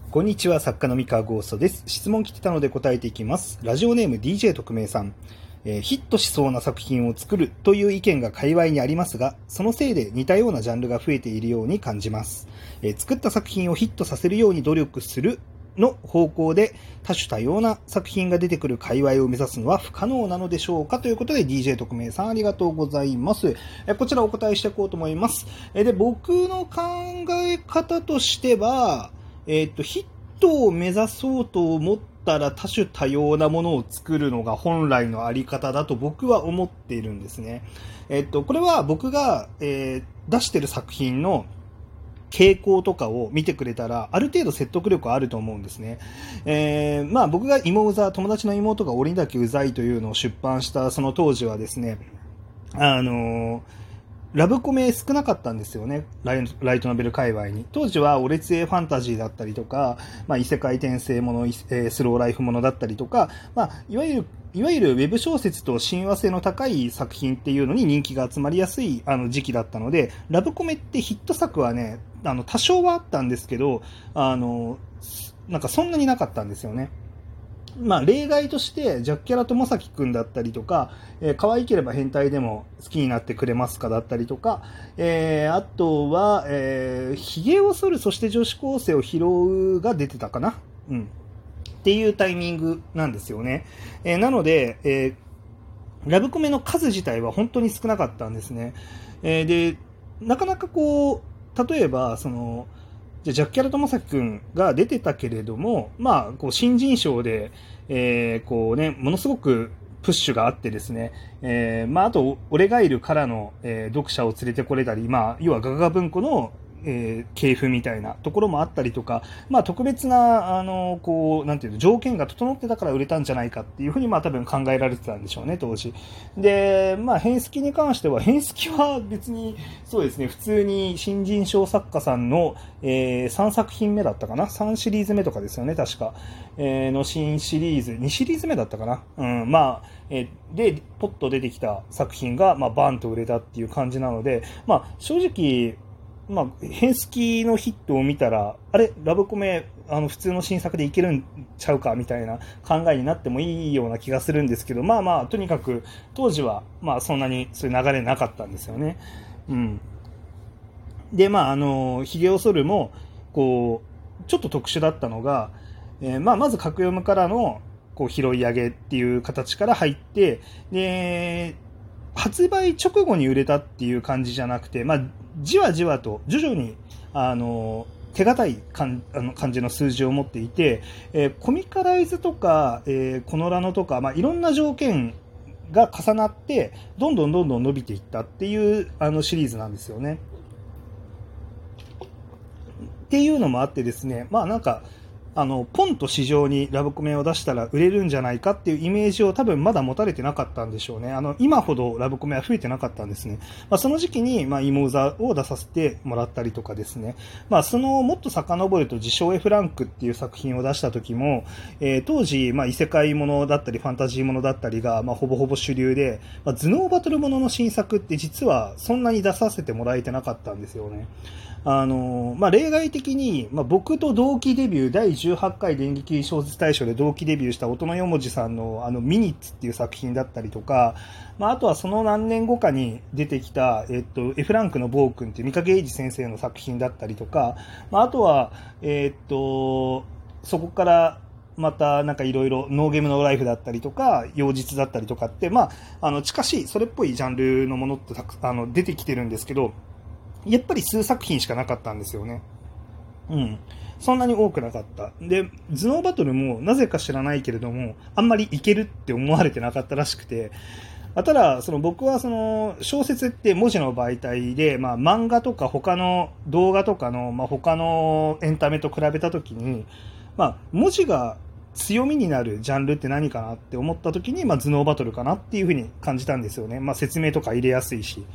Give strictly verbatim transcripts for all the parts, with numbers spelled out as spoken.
こんにちは、作家の三河ゴーストです。質問来てたので答えていきます。ラジオネーム ディージェー 特命さん、えー、ヒットしそうな作品を作るという意見が界隈にありますが、そのせいで似たようなジャンルが増えているように感じます。えー、作った作品をヒットさせるように努力するの方向で多種多様な作品が出てくる界隈を目指すのは不可能なのでしょうか、ということで ディージェー 特命さんありがとうございます。えこちらお答えしていこうと思います。えで僕の考え方としては、えっとヒットを目指そうと思ったら多種多様なものを作るのが本来のあり方だと僕は思っているんですね。えっとこれは僕が、えー、出してる作品の傾向とかを見てくれたらある程度説得力あると思うんですね。えー、まあ僕が芋うざ、友達の妹が鬼だけうざいというのを出版したその当時はですね、あのーラブコメ少なかったんですよね、ライライトノベル界隈に。当時はオレツエファンタジーだったりとか、まあ、異世界転生もの、えー、スローライフものだったりとか、まあ、いわゆるいわゆるウェブ小説と親和性の高い作品っていうのに人気が集まりやすいあの時期だったので、ラブコメってヒット作はね、あの多少はあったんですけど、あのなんかそんなになかったんですよね。まあ、例外としてジャッキャラ友崎くんだったりとか、えー、可愛ければ変態でも好きになってくれますかだったりとか、えー、あとは、えー、髭を剃るそして女子高生を拾うが出てたかな、うん、っていうタイミングなんですよね。えー、なので、えー、ラブコメの数自体は本当に少なかったんですね。えー、でなかなかこう例えばそのジャッキャラ友崎くんが出てたけれども、まあ、こう新人賞で、えーこうね、ものすごくプッシュがあってですね、えーまあ、あと、俺がいるからの、えー、読者を連れてこれたり、まあ、要はガガガ文庫の、えー、系譜みたいなところもあったりとか、まあ、特別な、あの、こう、なんていうの、条件が整ってたから売れたんじゃないかっていうふうに、まあ、多分考えられてたんでしょうね、当時。で、まあ、変好きに関しては、変好きは別に、そうですね、普通に新人賞作家さんの、えー、さんさく品目だったかな ?さん シリーズ目とかですよね、確か。えー、の新シリーズ、にシリーズ目だったかな、うん、まあ、えー、で、ポッと出てきた作品が、まあ、バーンと売れたっていう感じなので、まあ、正直、まあ、変好きのヒットを見たら、あれ、ラブコメ、あの、普通の新作でいけるんちゃうか、みたいな考えになってもいいような気がするんですけど、まあまあ、とにかく、当時は、まあ、そんなにそういう流れなかったんですよね。うん。で、まあ、あの、髭を剃るも、こう、ちょっと特殊だったのが、えーまあ、まず格読むからの、こう、拾い上げっていう形から入って、で、発売直後に売れたっていう感じじゃなくて、まあ、じわじわと徐々にあの手堅い感あの感じの数字を持っていて、えー、コミカライズとか、えー、コノラノとか、まあ、いろんな条件が重なってどんどんどんどん伸びていったっていうあのシリーズなんですよね。っていうのもあってですね、まあなんかあのポンと市場にラブコメを出したら売れるんじゃないかっていうイメージを多分まだ持たれてなかったんでしょうね。あの今ほどラブコメは増えてなかったんですね。まあ、その時期に、まあ、芋座を出させてもらったりとかですね。まあ、そのもっと遡ると自称 F ランクっていう作品を出した時も、えー、当時、まあ、異世界ものだったりファンタジーものだったりが、まあ、ほぼほぼ主流で、まあ、頭脳バトルものの新作って実はそんなに出させてもらえてなかったんですよね。あのまあ、例外的に、まあ、僕と同期デビューだいじゅうはちかい電撃小説大賞で同期デビューした音のよもじさんのあのミニッツっていう作品だったりとか、まあ、あとはその何年後かに出てきた、えっと、F ランクの暴君っていう三影英二先生の作品だったりとか、まあ、あとは、えっと、そこからまたなんかいろいろノーゲームノーライフだったりとか妖実だったりとかって、まあ、あの近しいそれっぽいジャンルのものってたくあの出てきてるんですけど、やっぱり数作品しかなかったんですよね。うん。そんなに多くなかった。で、頭脳バトルもなぜか知らないけれども、あんまりいけるって思われてなかったらしくて、ただ、その僕はその小説って文字の媒体で、まあ漫画とか他の動画とかの、まあ他のエンタメと比べたときに、まあ文字が強みになるジャンルって何かなって思ったときに、まあ頭脳バトルかなっていうふうに感じたんですよね。まあ説明とか入れやすいし。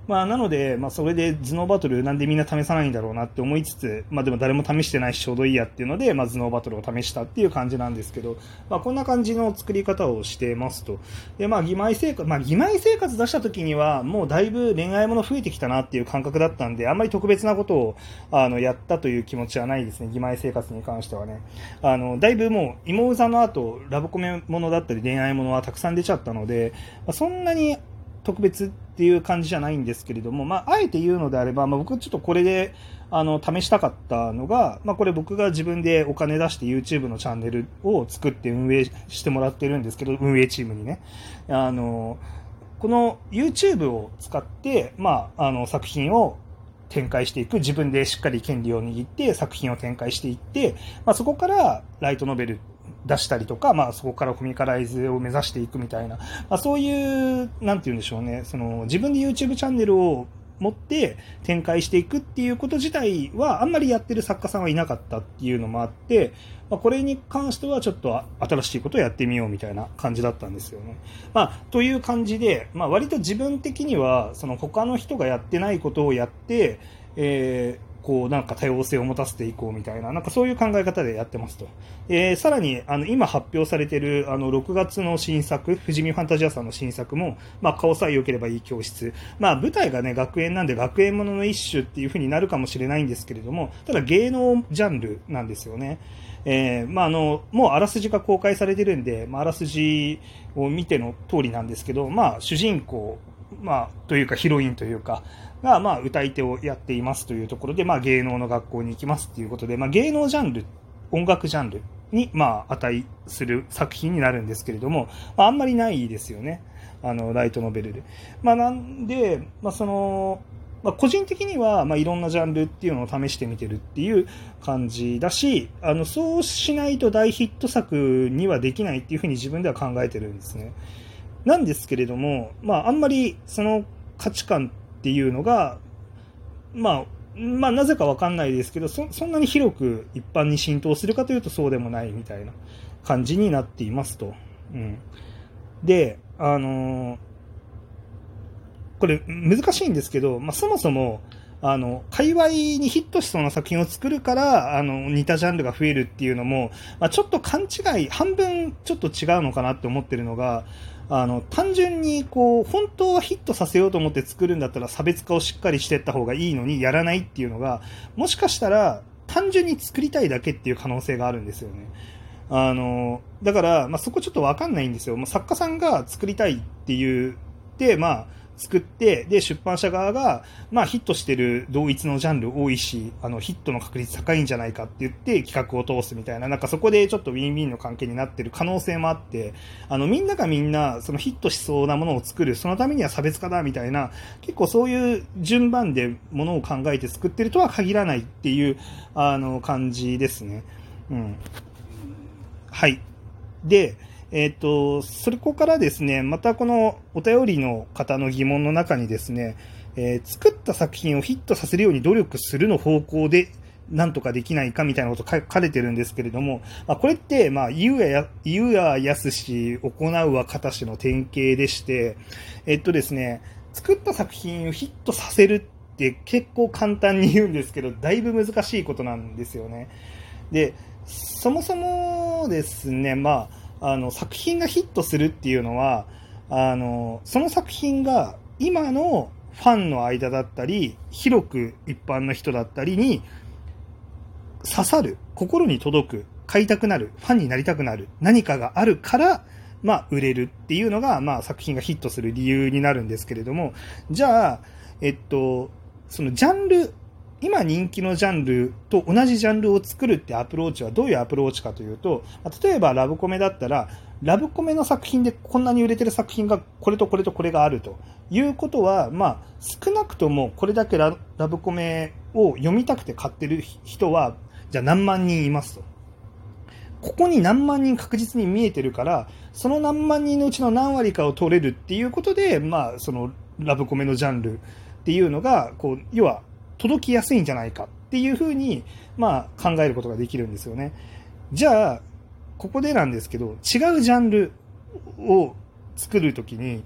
まあ、なので、まあ、それで頭脳バトルなんでみんな試さないんだろうなって思いつつ、まあ、でも誰も試してないしちょうどいいやっていうので、まあ、頭脳バトルを試したっていう感じなんですけど、まあ、こんな感じの作り方をしてますと。で、まあ、義妹生活、まあ、義妹生活出した時には、もうだいぶ恋愛もの増えてきたなっていう感覚だったんで、あんまり特別なことを、あの、やったという気持ちはないですね、義妹生活に関してはね。あの、だいぶもう、妹座の後、ラブコメものだったり恋愛ものはたくさん出ちゃったので、まあ、そんなに特別っていう感じじゃないんですけれども、まあ、あえて言うのであれば、まあ、僕ちょっとこれであの試したかったのが、まあ、これ僕が自分でお金出して YouTube のチャンネルを作って運営してもらってるんですけど、運営チームにね、あのこの YouTube を使って、まあ、あの作品を展開していく、自分でしっかり権利を握って作品を展開していって、まあ、そこからライトノベル出したりとか、まあ、そこからコミカライズを目指していくみたいな、まあ、そういう、なんて言うんでしょうね、その自分で YouTube チャンネルを持って展開していくっていうこと自体はあんまりやってる作家さんはいなかったっていうのもあって、まあ、これに関してはちょっと新しいことをやってみようみたいな感じだったんですよね。まあ、という感じで、まあ、割と自分的にはその他の人がやってないことをやって、えーこうなんか多様性を持たせていこうみたいな、なんかそういう考え方でやってますと。えー、さらにあの今発表されているあのろくがつの新作、富士見ファンタジアさんの新作も、まあ、顔さえ良ければいい教室、まあ、舞台がね学園なんで学園ものの一種っていう風になるかもしれないんですけれども、ただ芸能ジャンルなんですよね。えーまあ、あのもうあらすじが公開されてるんで、まあ、あらすじを見ての通りなんですけど、まあ、主人公、まあ、というかヒロインというかが、まあ、歌い手をやっていますというところで、まあ、芸能の学校に行きますということで、まあ、芸能ジャンル、音楽ジャンルに、まあ、値する作品になるんですけれども、まあ、あんまりないですよね、あのライトノベルで。まあ、なんで、まあそのまあ、個人的には、まあ、いろんなジャンルっていうのを試してみてるっていう感じだし、あのそうしないと大ヒット作にはできないっていうふうに自分では考えてるんですね。なんですけれども、まあ、あんまりその価値観っていうのが、まあ、まあ、なぜかわかんないですけど、そ、そんなに広く一般に浸透するかというとそうでもないみたいな感じになっていますと。うん。で、あのー、これ難しいんですけど、まあ、そもそも、あの、界隈にヒットしそうな作品を作るから、あの、似たジャンルが増えるっていうのも、まあ、ちょっと勘違い、半分ちょっと違うのかなって思ってるのが、あの、単純にこう、本当はヒットさせようと思って作るんだったら差別化をしっかりしていった方がいいのにやらないっていうのが、もしかしたら単純に作りたいだけっていう可能性があるんですよね。あの、だから、まあ、そこちょっとわかんないんですよ。まあ、作家さんが作りたいって言って、まあ、作って、で、出版社側が、まあ、ヒットしてる同一のジャンル多いし、あの、ヒットの確率高いんじゃないかって言って企画を通すみたいな、なんかそこでちょっとウィンウィンの関係になってる可能性もあって、あの、みんながみんな、そのヒットしそうなものを作る、そのためには差別化だみたいな、結構そういう順番でものを考えて作ってるとは限らないっていう、あの、感じですね。うん。はい。で、えっと、そこからですね、またこのお便りの方の疑問の中にですね、えー、作った作品をヒットさせるように努力するの方向でなんとかできないかみたいなこと書かれてるんですけれども、まあ、これって、まあ、言うや、言うややすし、行うは形しの典型でして、えっとですね、作った作品をヒットさせるって結構簡単に言うんですけど、だいぶ難しいことなんですよね。で、そもそもですね、まあ、あの作品がヒットするっていうのは、あのその作品が今のファンの間だったり広く一般の人だったりに刺さる、心に届く、買いたくなる、ファンになりたくなる何かがあるから、まあ、売れるっていうのが、まあ、作品がヒットする理由になるんですけれども、じゃあ、えっと、そのジャンル、今人気のジャンルと同じジャンルを作るってアプローチはどういうアプローチかというと、例えばラブコメだったら、ラブコメの作品でこんなに売れてる作品がこれとこれとこれがあるということは、まあ、少なくともこれだけ ラ, ラブコメを読みたくて買ってる人は、じゃあ何万人いますと。ここに何万人確実に見えてるから、その何万人のうちの何割かを取れるっていうことで、まあ、そのラブコメのジャンルっていうのが、こう、要は、届きやすいんじゃないかっていうふうに、まあ、考えることができるんですよね。じゃあ、ここでなんですけど、違うジャンルを作るときに、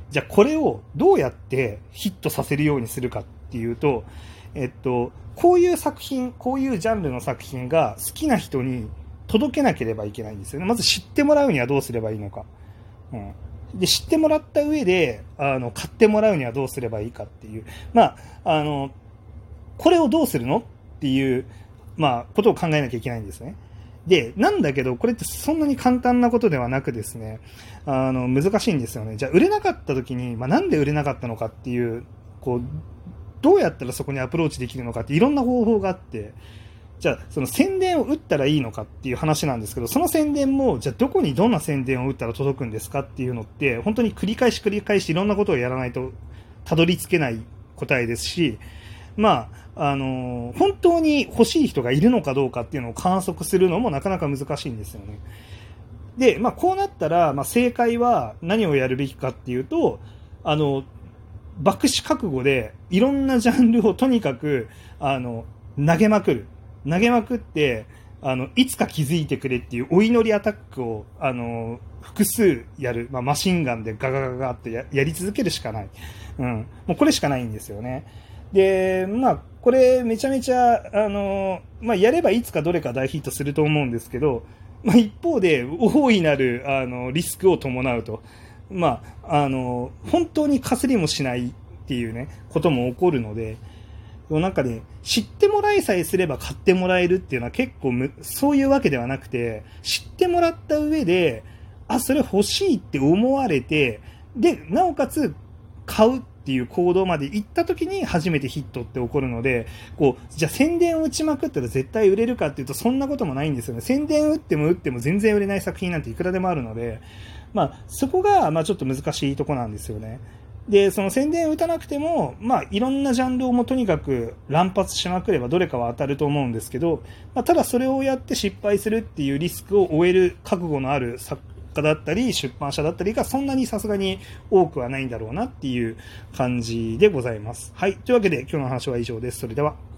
じゃあこれをどうやってヒットさせるようにするかっていうと、えっと、こういう作品、こういうジャンルの作品が好きな人に届けなければいけないんですよね。まず知ってもらうにはどうすればいいのか。うん、で知ってもらった上であの買ってもらうにはどうすればいいかっていう、まあ、あのこれをどうするのっていう、まあ、ことを考えなきゃいけないんですね。で、なんだけど、これってそんなに簡単なことではなくですね、あの、難しいんですよね。じゃあ、売れなかった時に、まあ、なんで売れなかったのかっていう、こう、どうやったらそこにアプローチできるのかっていろんな方法があって、じゃあ、その宣伝を打ったらいいのかっていう話なんですけど、その宣伝も、じゃあ、どこにどんな宣伝を打ったら届くんですかっていうのって、本当に繰り返し繰り返しいろんなことをやらないとたどり着けない答えですし、まあ、あのー、本当に欲しい人がいるのかどうかっていうのを観測するのもなかなか難しいんですよね。で、まあ、こうなったら、まあ、正解は何をやるべきかっていうと、あの、爆死覚悟でいろんなジャンルをとにかく、あの、投げまくる。投げまくって、あの、いつか気づいてくれっていうお祈りアタックを、あの、複数やる。まあ、マシンガンでガガガガって や, やり続けるしかない。うん。もうこれしかないんですよね。で、まあ、これめちゃめちゃ、あの、まあ、やればいつかどれか大ヒットすると思うんですけど、まあ、一方で、大いなる、あの、リスクを伴うと。まあ、あの、本当にかすりもしないっていうね、ことも起こるので、なんかね、知ってもらいさえすれば買ってもらえるっていうのは結構む、そういうわけではなくて、知ってもらった上で、あ、それ欲しいって思われて、で、なおかつ、買うっていう行動まで行った時に初めてヒットって起こるので、こう、じゃあ宣伝を打ちまくったら絶対売れるかっていうとそんなこともないんですよね。宣伝打っても打っても全然売れない作品なんていくらでもあるので、まあそこがまあちょっと難しいとこなんですよね。で、その宣伝打たなくても、まあいろんなジャンルをもとにかく乱発しまくればどれかは当たると思うんですけど、まあ、ただそれをやって失敗するっていうリスクを負える覚悟のある作家だったり出版社だったりがそんなにさすがに多くはないんだろうなっていう感じでございます。はい。というわけで今日の話は以上です。それでは。